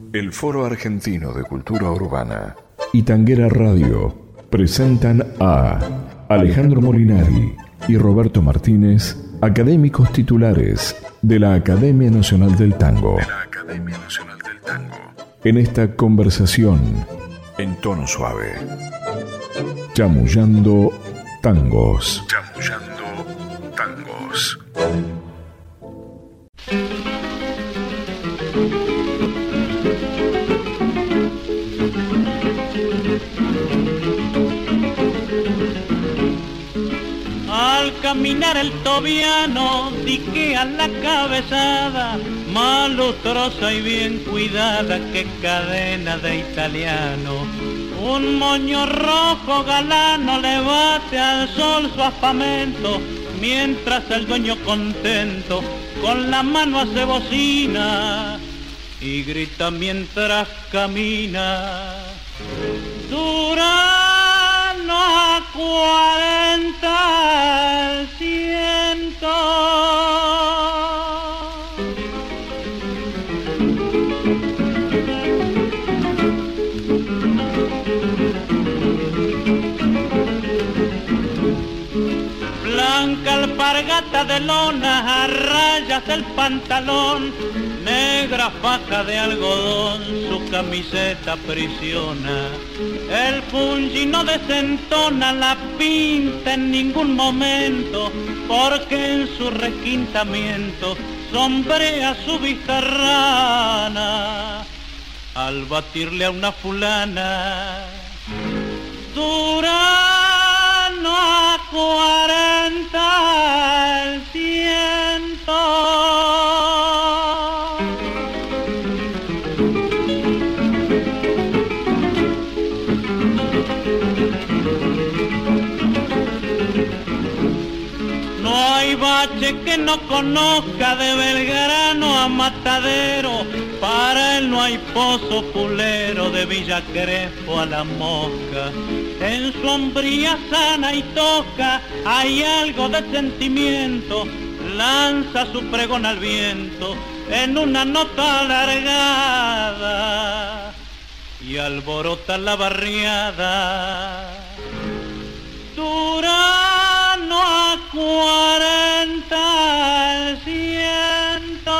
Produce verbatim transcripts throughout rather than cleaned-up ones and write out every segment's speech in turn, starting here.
El Foro Argentino de Cultura Urbana y Tanguera Radio presentan a Alejandro Molinari y Roberto Martínez, académicos titulares de la Academia Nacional del Tango. De la Academia Nacional del Tango. En esta conversación, en tono suave, chamullando tangos. Chamullando tangos. Al caminar el tobiano, diquea la cabezada, más lustrosa y bien cuidada que cadena de italiano. Un moño rojo galano le bate al sol su afamento, mientras el dueño contento con la mano hace bocina y grita mientras camina. Durano a cuarenta al ciento. Blanca alpargata de lona, a rayas el pantalón, negra faja de algodón, su camiseta aprisiona. El fungi no desentona la pinta en ningún momento, porque en su requintamiento sombrea su vista rana. Al batirle a una fulana, Durano a cuarenta al ciento. No hay bache que no conozca de Belgrano a Matadero, para él no hay pozo fulero de Villa Crespo a La Mosca. En su hombría sana y toca hay algo de sentimiento, lanza su pregón al viento en una nota alargada y alborota la barriada. Durano a cuarenta al ciento.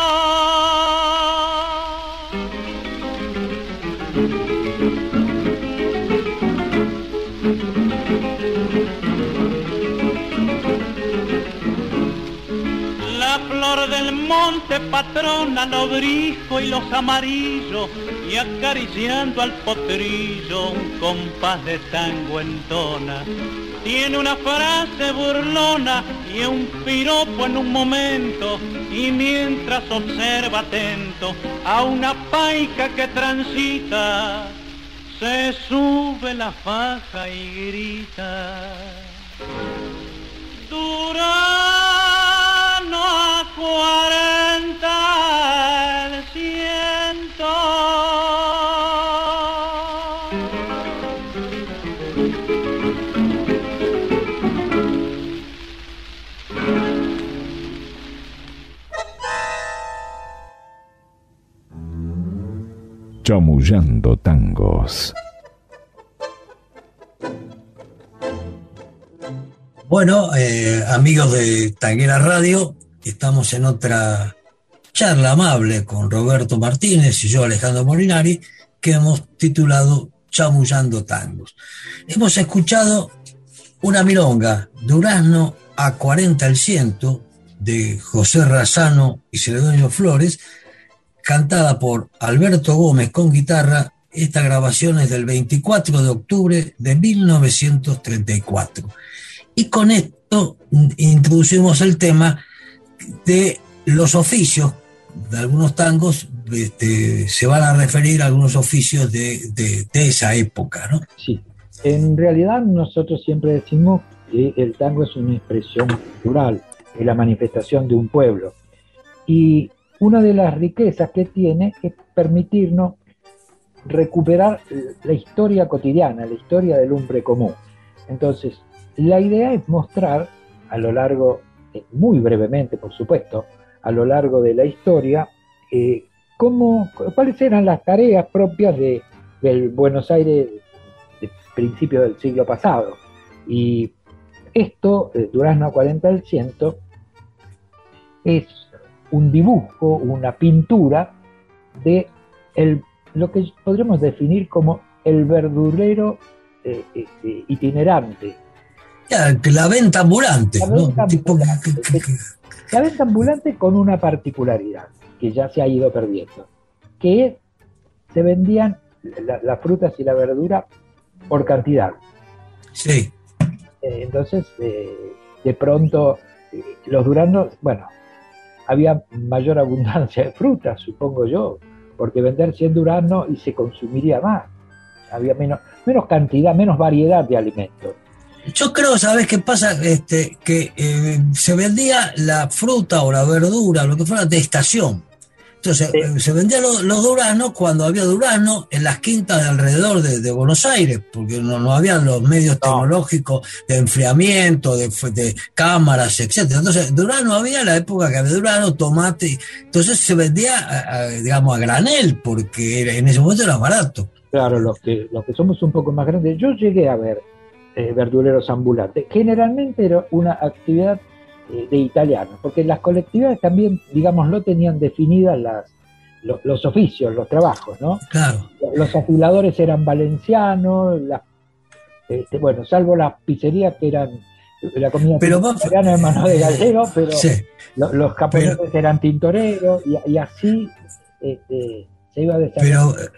La flor del monte patrona los brijos y los amarillos, y acariciando al potrillo un compás de tango entona. Tiene una frase burlona y un piropo en un momento, y mientras observa atento a una paica que transita, se sube la faja y grita. Durano a cuarenta al ciento. Chamullando tangos. Bueno, eh, amigos de Tanguera Radio, estamos en otra charla amable con Roberto Martínez y yo, Alejandro Molinari, que hemos titulado Chamullando tangos. Hemos escuchado una milonga, Durazno a cuarenta al ciento, de José Razzano y Celedonio Flores, cantada por Alberto Gómez con guitarra. Esta grabación es del veinticuatro de octubre de mil novecientos treinta y cuatro. Y con esto introducimos el tema de los oficios de algunos tangos. Este, se van a referir a algunos oficios de, de, de esa época, ¿no? Sí, en realidad nosotros siempre decimos que el tango es una expresión cultural, es la manifestación de un pueblo. Y una de las riquezas que tiene es permitirnos recuperar la historia cotidiana, la historia del hombre común. Entonces, la idea es mostrar a lo largo, muy brevemente por supuesto, a lo largo de la historia, eh, cómo, cuáles eran las tareas propias de, del Buenos Aires de principios del siglo pasado. Y esto, eh, Durazno cuarenta al ciento, es un dibujo, una pintura de el, lo que podríamos definir como el verdurero eh, eh, itinerante. Ya, la venta ambulante. La ¿no? venta Tipo, ambulante, que- que- que- la venta ambulante con una particularidad que ya se ha ido perdiendo, que es, se vendían la- las frutas y la verdura por cantidad. sí. Eh, entonces, eh, de pronto, eh, los duraznos, bueno, había mayor abundancia de frutas, supongo yo, porque vender cien duraznos y se consumiría más. Había menos, menos cantidad, menos variedad de alimentos. Yo creo, ¿sabes qué pasa? Este, que eh, se vendía la fruta o la verdura, lo que fuera, de estación. Entonces, Sí. eh, se vendían los, los duraznos cuando había duraznos en las quintas de alrededor de, de Buenos Aires, porque no, no había los medios No. tecnológicos de enfriamiento, de, fu- de cámaras, etcétera. Entonces, durazno había en la época que había durazno, tomate. Entonces, se vendía, a- a, digamos, a granel, porque era- en ese momento era barato. Claro, los que, los que somos un poco más grandes, yo llegué a ver eh, verduleros ambulantes. Generalmente era una actividad eh, de italianos, porque las colectividades también, digámoslo, tenían definidas las, los, los oficios, los trabajos, ¿no? Claro. Los afiladores eran valencianos, las, este, bueno, salvo las pizzerías que eran la comida Pero vos- italiana en mano de gallego, pero Sí. lo- los japoneses eran tintoreros y, y así este, se iba desarrollando. Pero,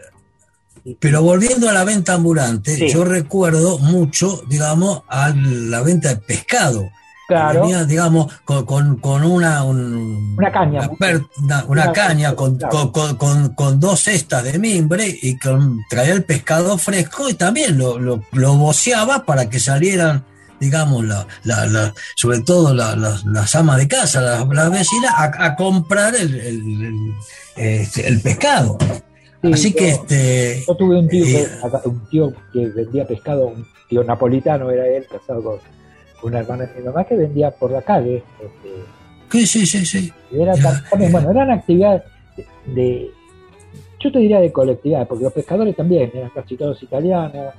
pero volviendo a la venta ambulante, Sí. yo recuerdo mucho, digamos, a la venta de pescado. Claro. Venía, digamos, con, con, con una, un- Una caña. Una, per- una- una Una- caña con, claro. con, con, con- con dos cestas de mimbre y con, traía el pescado fresco y también lo, lo, lo boceaba para que salieran, digamos, la, la, la- sobre todo la- la- las amas de casa, las, las vecinas, a, a comprar el, el, el, este, el pescado. Sí, Así yo- que este Yo tuve un tío, eh, que, un tío que vendía pescado, un tío napolitano era él, casado con una hermana de mi mamá, que vendía por la calle. Este, sí, sí, sí, sí. era Ya. también, bueno, eran actividades de, de- yo te diría de colectividad, porque los pescadores también eran casi todos italianos.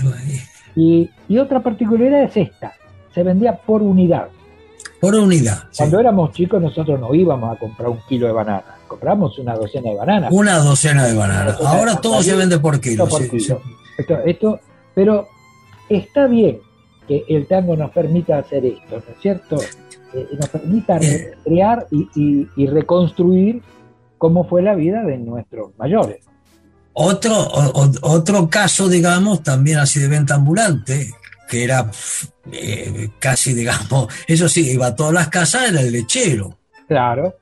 Y, y otra particularidad es esta, se vendía por unidad. Por unidad. sí. Cuando éramos chicos nosotros no íbamos a comprar un kilo de banana, compramos una docena de bananas. Una docena de bananas. Una docena Ahora de todo se bananas. vende por kilo. Por sí, kilo. sí. Esto, esto, pero está bien que el tango nos permita hacer esto, ¿no es cierto? Eh, nos permita Eh. recrear y, y- y reconstruir cómo fue la vida de nuestros mayores. Otro, o- o- otro caso, digamos, también así de venta ambulante, que era eh, casi, digamos, eso sí, iba a todas las casas, era el lechero. Claro,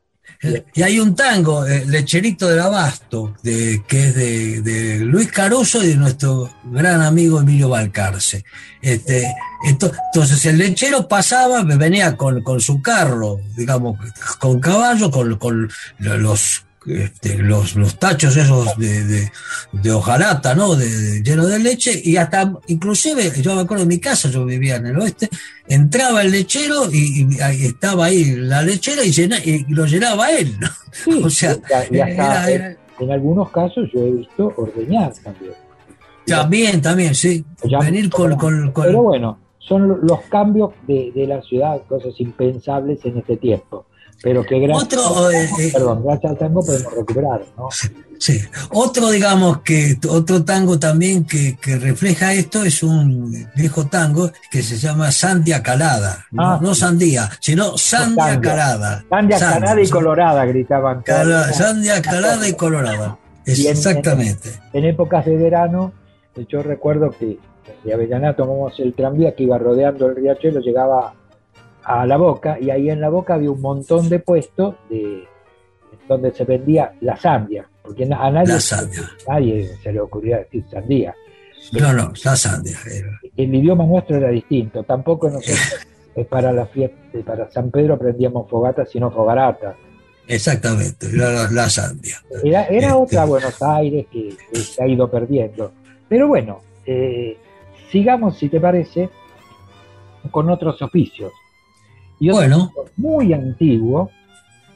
Y hay un tango, el Lecherito del Abasto, de, que es de, de Luis Caruso y de nuestro gran amigo Emilio Balcarce. Este, esto, entonces el lechero pasaba, venía con, con su carro, digamos, con caballo, con, con los, este, los, los tachos esos de, de, de hojarata, ¿no? De, de- lleno de leche, y hasta, inclusive, yo me acuerdo de mi casa, yo vivía en el oeste, entraba el lechero y, y ahí estaba ahí la lechera y, llena, y lo llenaba él, ¿no? sí, O sea, y, y hasta, era- era- en algunos casos yo he visto ordeñar también. también, también, sí. Ya- Venir con, con, con- Pero bueno, son lo- los cambios de, de la ciudad, cosas impensables en este tiempo. Pero que gracias, Otro, eh, eh, perdón, gracias al tango podemos recuperar, ¿no? Sí, otro, digamos, que otro tango también que, que refleja esto es un viejo tango que se llama Sandia Calada. No, Ah, no sí. Sandía, sino Sandia Sandia. Calada. Sandia Sandia, Canada y Sandia. Colorada gritaban. Cala- Sandia Calada y Colorada. Es Y en- exactamente. En épocas de verano, yo recuerdo que de Avellaneda tomamos el tranvía que iba rodeando el riachuelo, llegaba a La Boca, y ahí en La Boca había un montón de puestos de, donde se vendía la sandia, porque a nadie, La sandia. nadie se le ocurría decir sandía. No, no, la Sandia. era. El idioma nuestro era distinto, tampoco nosotros eh, para la fiesta, para San Pedro prendíamos fogatas, sino fogarata. Exactamente, la, la, la Sandia. Era, era Este. otra Buenos Aires que, que se ha ido perdiendo. Pero bueno, eh, sigamos, si te parece, con otros oficios. Y otro Bueno, muy antiguo,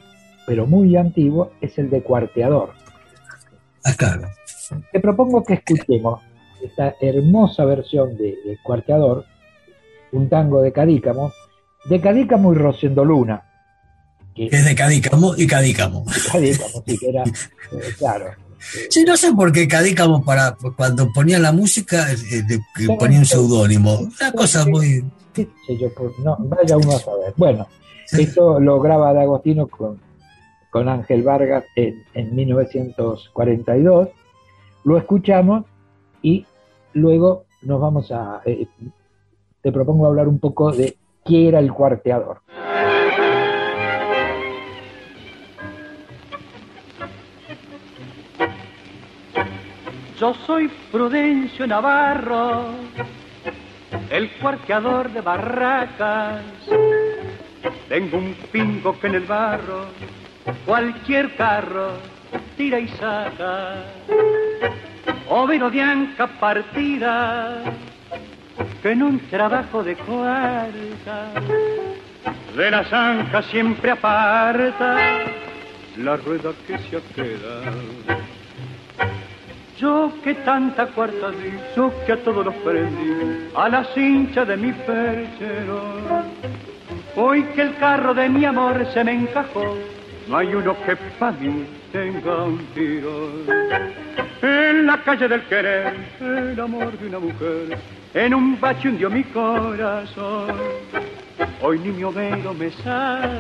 pero muy antiguo, es el de Cuarteador. Ah, claro. Te propongo que escuchemos esta hermosa versión de, de Cuarteador, un tango de Cadícamo, de Cadícamo y Rosendo Luna. Que es de Cadícamo y Cadícamo. Cadícamo, sí, que era, eh, claro. Sí, no sé por qué Cadícamo, para, cuando ponía la música, eh, de, que ponía un seudónimo. Una cosa muy... ¿Qué sé yo? Por, no, vaya uno a saber. Bueno, esto lo graba D'Agostino con, con Ángel Vargas en, en mil novecientos cuarenta y dos. Lo escuchamos y luego nos vamos a... Eh, te propongo hablar un poco de qué era el cuarteador. Yo soy Prudencio Navarro, el cuarteador de barracas. Tengo un pingo que en el barro cualquier carro tira y saca. Overo de anca partida, que en un trabajo de cuarta, de la zanja siempre aparta la rueda que se queda. Yo que tanta cuarta di, yo que a todos los prendí, a la cincha de mi perchero. Hoy que el carro de mi amor se me encajó, no hay uno que pa' mí tenga un tiro. En la calle del querer, el amor de una mujer, en un bache hundió mi corazón. Hoy ni mi overo me saca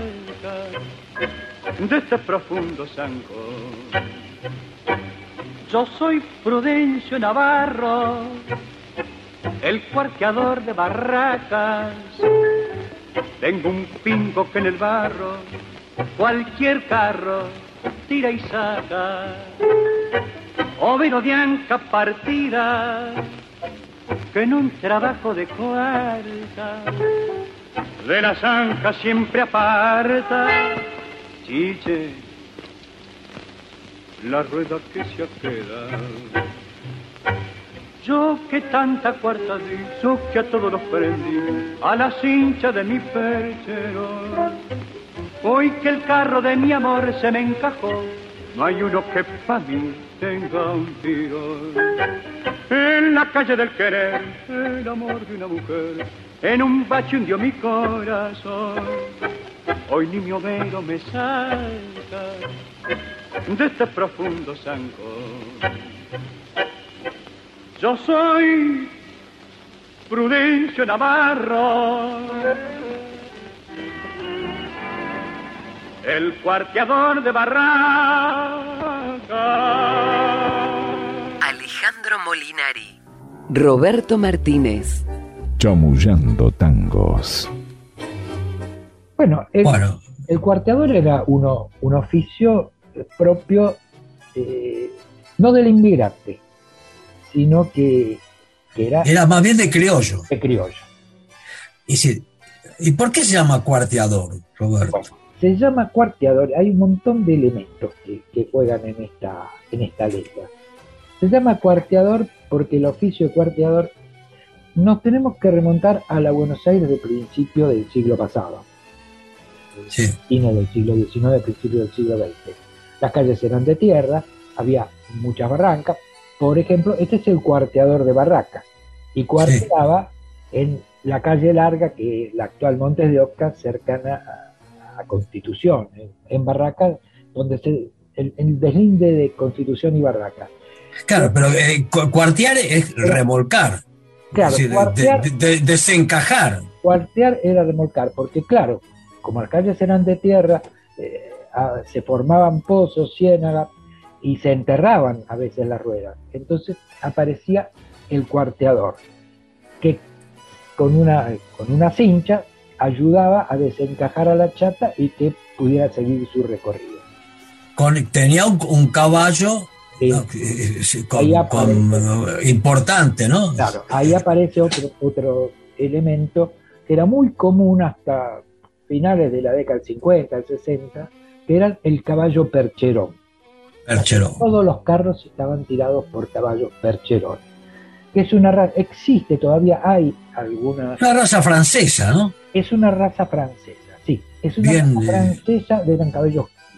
de este profundo zancón. Yo soy Prudencio Navarro, el cuarteador de barracas. Tengo un pingo que en el barro cualquier carro tira y saca. Overo de anca partida, que en un trabajo de cuarta, de la zanja siempre aparta, chiche, la rueda que se queda. Yo que tanta cuarta di, yo que a todos los prendí, a la cincha de mi perchero. Hoy que el carro de mi amor se me encajó, no hay uno que pa' mí tenga un tiro. En la calle del querer, el amor de una mujer, en un bache hundió mi corazón. Hoy ni mi overo me saca de este profundo zancón. Yo soy Prudencio Navarro, el cuarteador de barraca. Alejandro Molinari, Roberto Martínez, Chamullando tangos. Bueno, el, Bueno. el cuarteador era uno, un oficio propio, eh, no del inmigrante, sino que, que era, Era más bien de criollo. de criollo. Y, si, ¿Y por qué se llama cuarteador, Roberto? Bueno, se llama cuarteador, hay un montón de elementos que, que juegan en esta, en esta letra. Se llama cuarteador porque el oficio de cuarteador nos tenemos que remontar a la Buenos Aires de principio del siglo pasado. Sí. Fines del siglo diecinueve, principio del siglo veinte. Las calles eran de tierra, había muchas barrancas. Por ejemplo, este es el cuarteador de barracas. Y cuarteaba sí. en la calle larga, que es la actual Montes de Oca, cercana a, a Constitución, en, en Barracas, donde se, el, el deslinde de Constitución y Barracas. Claro, pero eh, cuartear es remolcar. Claro, es decir, cuartear, de, de, de, desencajar. Cuartear era remolcar, porque claro, como las calles eran de tierra, eh, a, se formaban pozos, ciénagas, y se enterraban a veces las ruedas. Entonces aparecía el cuarteador, que con una, con una cincha ayudaba a desencajar a la chata y que pudiera seguir su recorrido. Con, tenía un, un caballo sí. ¿no? con, con, importante, ¿no? Claro, ahí aparece otro, otro elemento que era muy común hasta finales de la década del cincuenta, del sesenta, que era el caballo percherón. Percherón. Todos los carros estaban tirados por caballos percherón. Que es una raza, existe todavía, hay algunas. Una raza francesa, ¿no? Es una raza francesa, sí. Es una Bien, raza francesa, eran caballos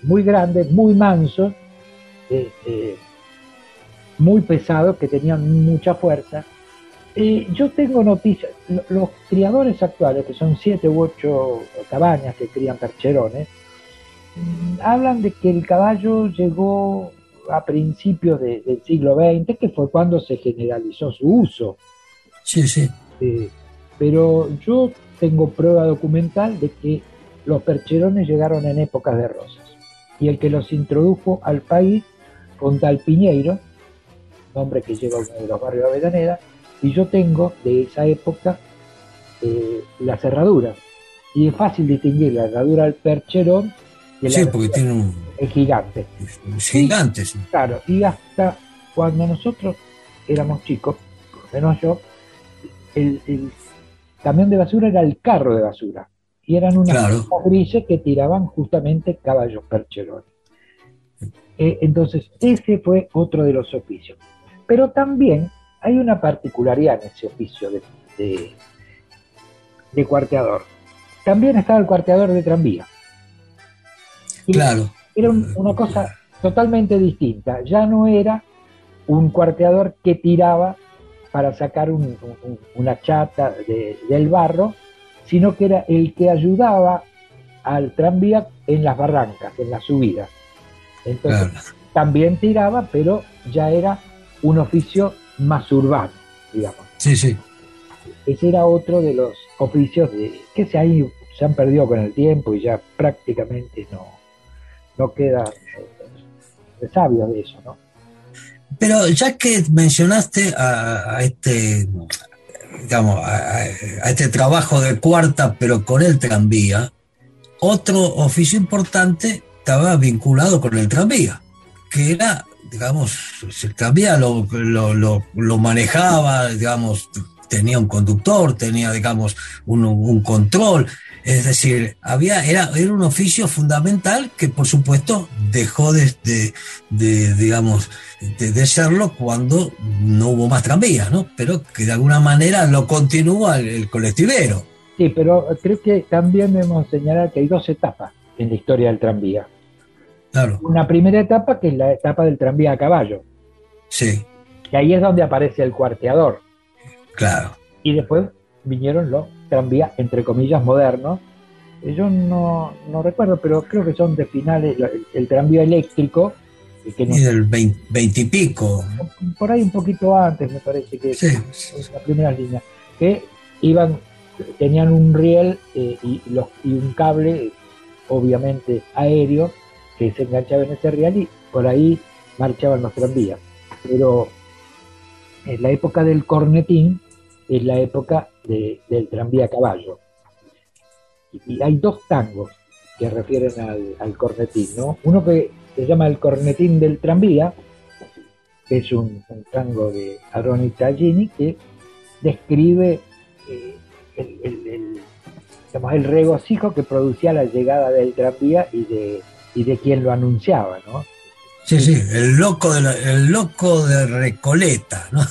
muy grandes, muy mansos, eh, eh, muy pesados, que tenían mucha fuerza. Eh, yo tengo noticias, los criadores actuales, que son siete u ocho cabañas que crían percherones, mmm, hablan de que el caballo llegó a principios de, del siglo veinte, que fue cuando se generalizó su uso. Sí, sí. Eh, pero yo tengo prueba documental de que los percherones llegaron en épocas de Rosas. Y el que los introdujo al país fue un tal Piñeiro, nombre que lleva uno de los barrios de Avellaneda, y yo tengo de esa época eh, la cerradura. Y es fácil distinguir la herradura del percherón de la sí, porque tiene un... el gigante. Es gigante, sí. Claro, y hasta cuando nosotros éramos chicos, por lo menos yo, el, el camión de basura era el carro de basura. Y eran unas Claro. grises que tiraban justamente caballos percherones. Eh, entonces, ese fue otro de los oficios. Pero también hay una particularidad en ese oficio de, de, de cuarteador. También estaba el cuarteador de tranvía. Y Claro. era un, una cosa totalmente distinta. Ya no era un cuarteador que tiraba para sacar un, un, una chata de, del barro, sino que era el que ayudaba al tranvía en las barrancas, en las subidas. Entonces, Claro. también tiraba, pero ya era un oficio más urbano, digamos. Sí, sí. Ese era otro de los oficios de, que se, hay, se han perdido con el tiempo y ya prácticamente no, no queda eh, sabios de eso, ¿no? Pero ya que mencionaste a, a este, digamos, a, a este trabajo de cuarta, pero con el tranvía, otro oficio importante estaba vinculado con el tranvía, que era, digamos, el tranvía lo, lo, lo, lo manejaba, digamos, tenía un conductor, tenía, digamos, un, un control. Es decir, había, era, era un oficio fundamental que, por supuesto, dejó de, de, de digamos, de, de serlo cuando no hubo más tranvías, ¿no? Pero que de alguna manera lo continúa el, el colectivero. Sí, pero creo que también debemos señalar que hay dos etapas en la historia del tranvía. Claro. Una primera etapa que es la etapa del tranvía a caballo. Sí. Y ahí es donde aparece el cuarteador. Claro. Y después vinieron los tranvías, entre comillas, modernos. Yo no, no recuerdo, pero creo que son de finales, el, el tranvía eléctrico. Que no, y del veinte y pico. Por ahí un poquito antes, me parece que sí. es la primera línea. Que iban, tenían un riel eh, y, los, y un cable, obviamente aéreo, que se enganchaba en ese riel y por ahí marchaban los tranvías. Pero en la época del cornetín es la época de, del tranvía a caballo. Y, y hay dos tangos que refieren al, al cornetín, ¿no? Uno que se llama el cornetín del tranvía, que es un, un tango de Aroni Tallini, que describe eh, el, el, el, digamos, el regocijo que producía la llegada del tranvía y de, y de quien lo anunciaba, ¿no? Sí, sí, el loco de, la, el loco de Recoleta, ¿no?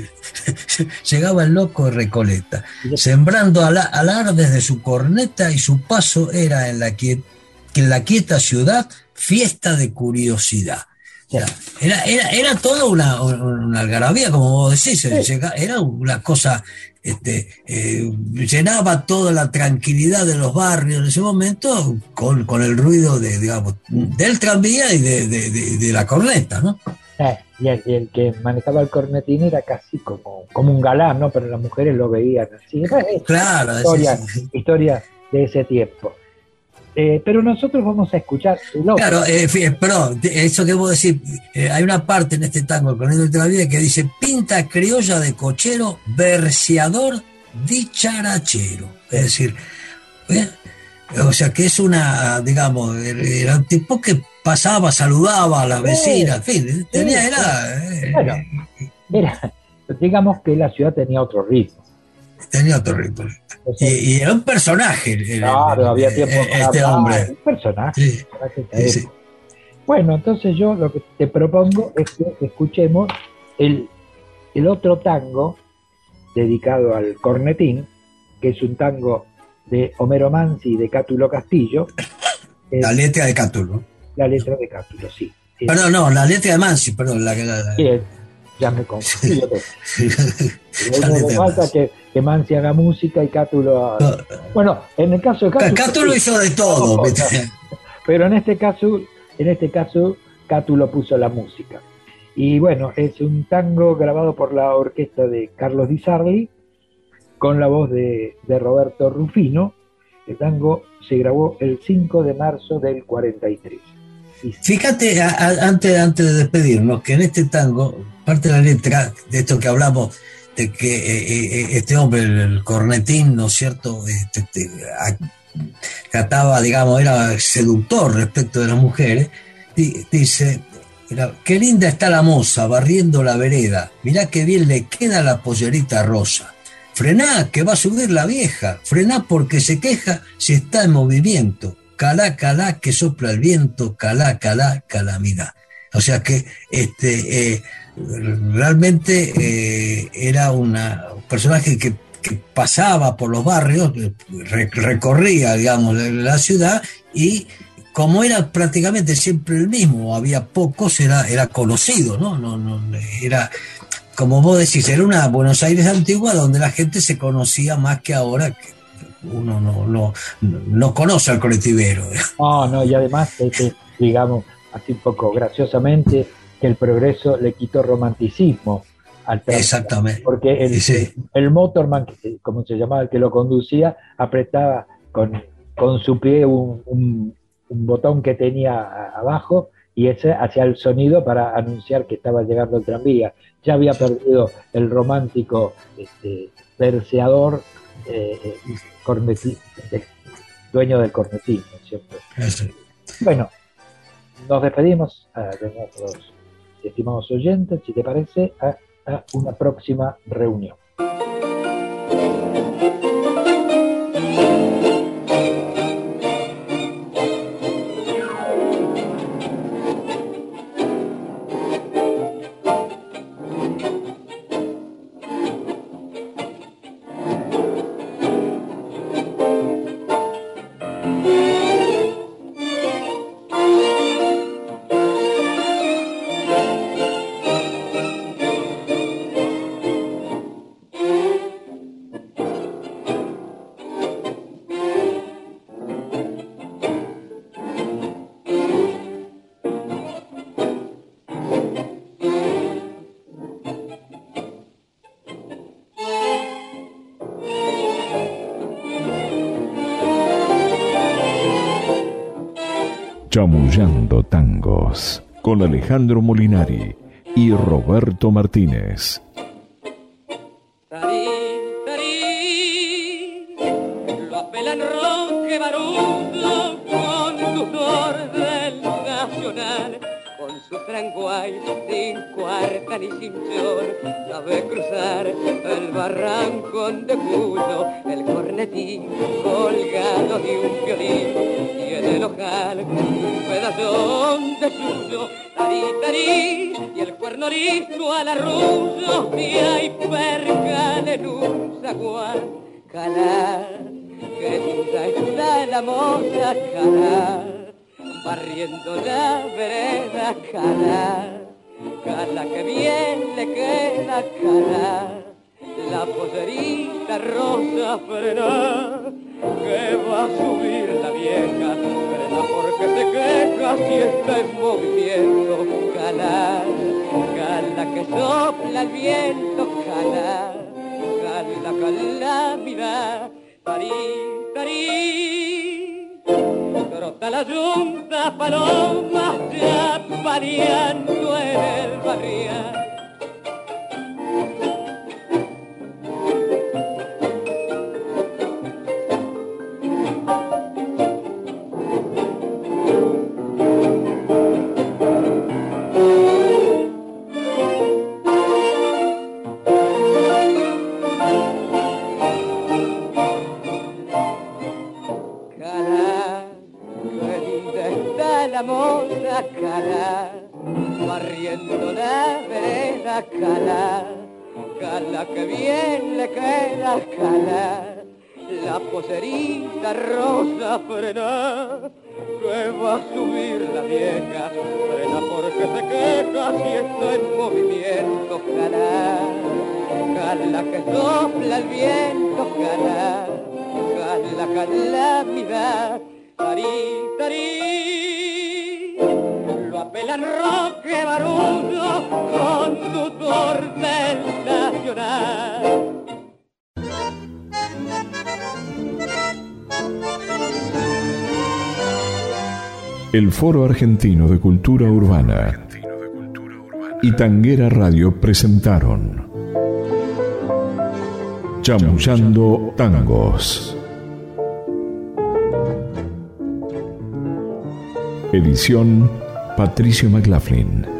Llegaba el loco de Recoleta, sembrando al, alardes de su corneta y su paso era en la, quiet, en la quieta ciudad fiesta de curiosidad. O sea, era, era, era toda una, una algarabía, como vos decís, sí. Era una cosa, este, eh, llenaba toda la tranquilidad de los barrios en ese momento con, con el ruido de, digamos, del tranvía y de, de, de, de la corneta, ¿no? Eh, y, el, y el que manejaba el cornetín era casi como, como un galán, ¿no? Pero las mujeres lo veían así. Era, claro, historia, sí, sí. historia de ese tiempo. Eh, pero nosotros vamos a escuchar su loco. Claro, eh, perdón, eso que vos decís, eh, hay una parte en este tango con el tranvía que dice pinta criolla de cochero, verseador, dicharachero. Es decir, ¿eh? O sea que es una, digamos, era un tipo que pasaba, saludaba a las vecinas, en fin, tenía, sí, era, eh, bueno, era, digamos que la ciudad tenía otro ritmo. Tenía otro ritmo. O sea, y, y era un personaje. Claro, el, había tiempo el, este hablar, hombre. Un personaje. Sí, personaje sí, sí. Bueno, entonces yo lo que te propongo es que escuchemos el, el otro tango dedicado al cornetín, que es un tango de Homero Mansi y de Cátulo Castillo. La letra de Cátulo. La letra de Cátulo, sí. Perdón, no, la letra de Mansi, perdón. La, la, la... Sí, ya me confundí. Lo falta que, que Mansi haga música y Cátulo... No. Bueno, en el caso de Cátulo... Cátulo sí, hizo de todo. no, no, pero en este caso, en este caso, Cátulo puso la música. Y bueno, es un tango grabado por la orquesta de Carlos Di Sarli, con la voz de, de Roberto Rufino. El tango se grabó el cinco de marzo del cuarenta y tres. Fíjate, a, a, antes, antes de despedirnos, que en este tango, parte de la letra, de esto que hablamos, de que eh, eh, este hombre, el, el cornetín, ¿no es cierto?, este, este, a, trataba, digamos, era seductor respecto de las mujeres, di, dice, era, qué linda está la moza barriendo la vereda, mirá qué bien le queda la pollerita rosa. Frená, que va a subir la vieja, frená porque se queja si está en movimiento. Calá, calá, que sopla el viento, calá, calá, calamidad. O sea que este, eh, realmente eh, era una, un personaje que, que pasaba por los barrios, re, recorría, digamos, la ciudad, y como era prácticamente siempre el mismo, había pocos, era, era conocido, ¿no? No, no, era, como vos decís, era una Buenos Aires antigua donde la gente se conocía más que ahora, que uno no, no, no conoce al colectivero. No, no, y además, este, digamos, así un poco graciosamente, que el progreso le quitó romanticismo al tránsito. Exactamente. Porque el, sí. el, el motorman, como se llamaba, el que lo conducía, apretaba con, con su pie un, un, un botón que tenía abajo, y ese hacía el sonido para anunciar que estaba llegando el tranvía. Ya había perdido el romántico este, verseador, eh, cornetín, dueño del cornetín, ¿no es cierto? Sí. Bueno, nos despedimos uh, de nuestros estimados oyentes, si te parece, hasta una próxima reunión. Chamullando Tangos, con Alejandro Molinari y Roberto Martínez. Tarí, tarí, lo apelan Roque Baruto con su orden nacional, con su franguay sin cuarta ni cinchón, sabe cruzar el barranco de Cuyo, el cornetín colgado de un violín, y en el ojal un pedazón de suyo, tarí, tarí, y el cuerno listo al arrullo, y hay percal en un zaguán, calá, que linda está la moza, calá, barriendo la vereda, calá, calá que bien le queda, calá, la pollerita rosa frena, que va a subir la vieja, frena porque se queja si está en movimiento, calá, calá que sopla el viento, calá, calá, calá, mira, tarí, tarí, trota la yunta paloma ya pariando en el barrial. Calá, barriendo la vereda, calá, calá que bien le queda, calá, la poserita rosa frena, que va a subir la vieja, frena porque se queja si está en movimiento, jala, jala que sopla el viento, jala, jala, jala, mira, tarí, tarí, lo apelan Roque Barullo con su tortel nacional. El Foro Argentino de Cultura Urbana y Tanguera Radio presentaron Chamullando Tangos. Edición Patricio McLaughlin.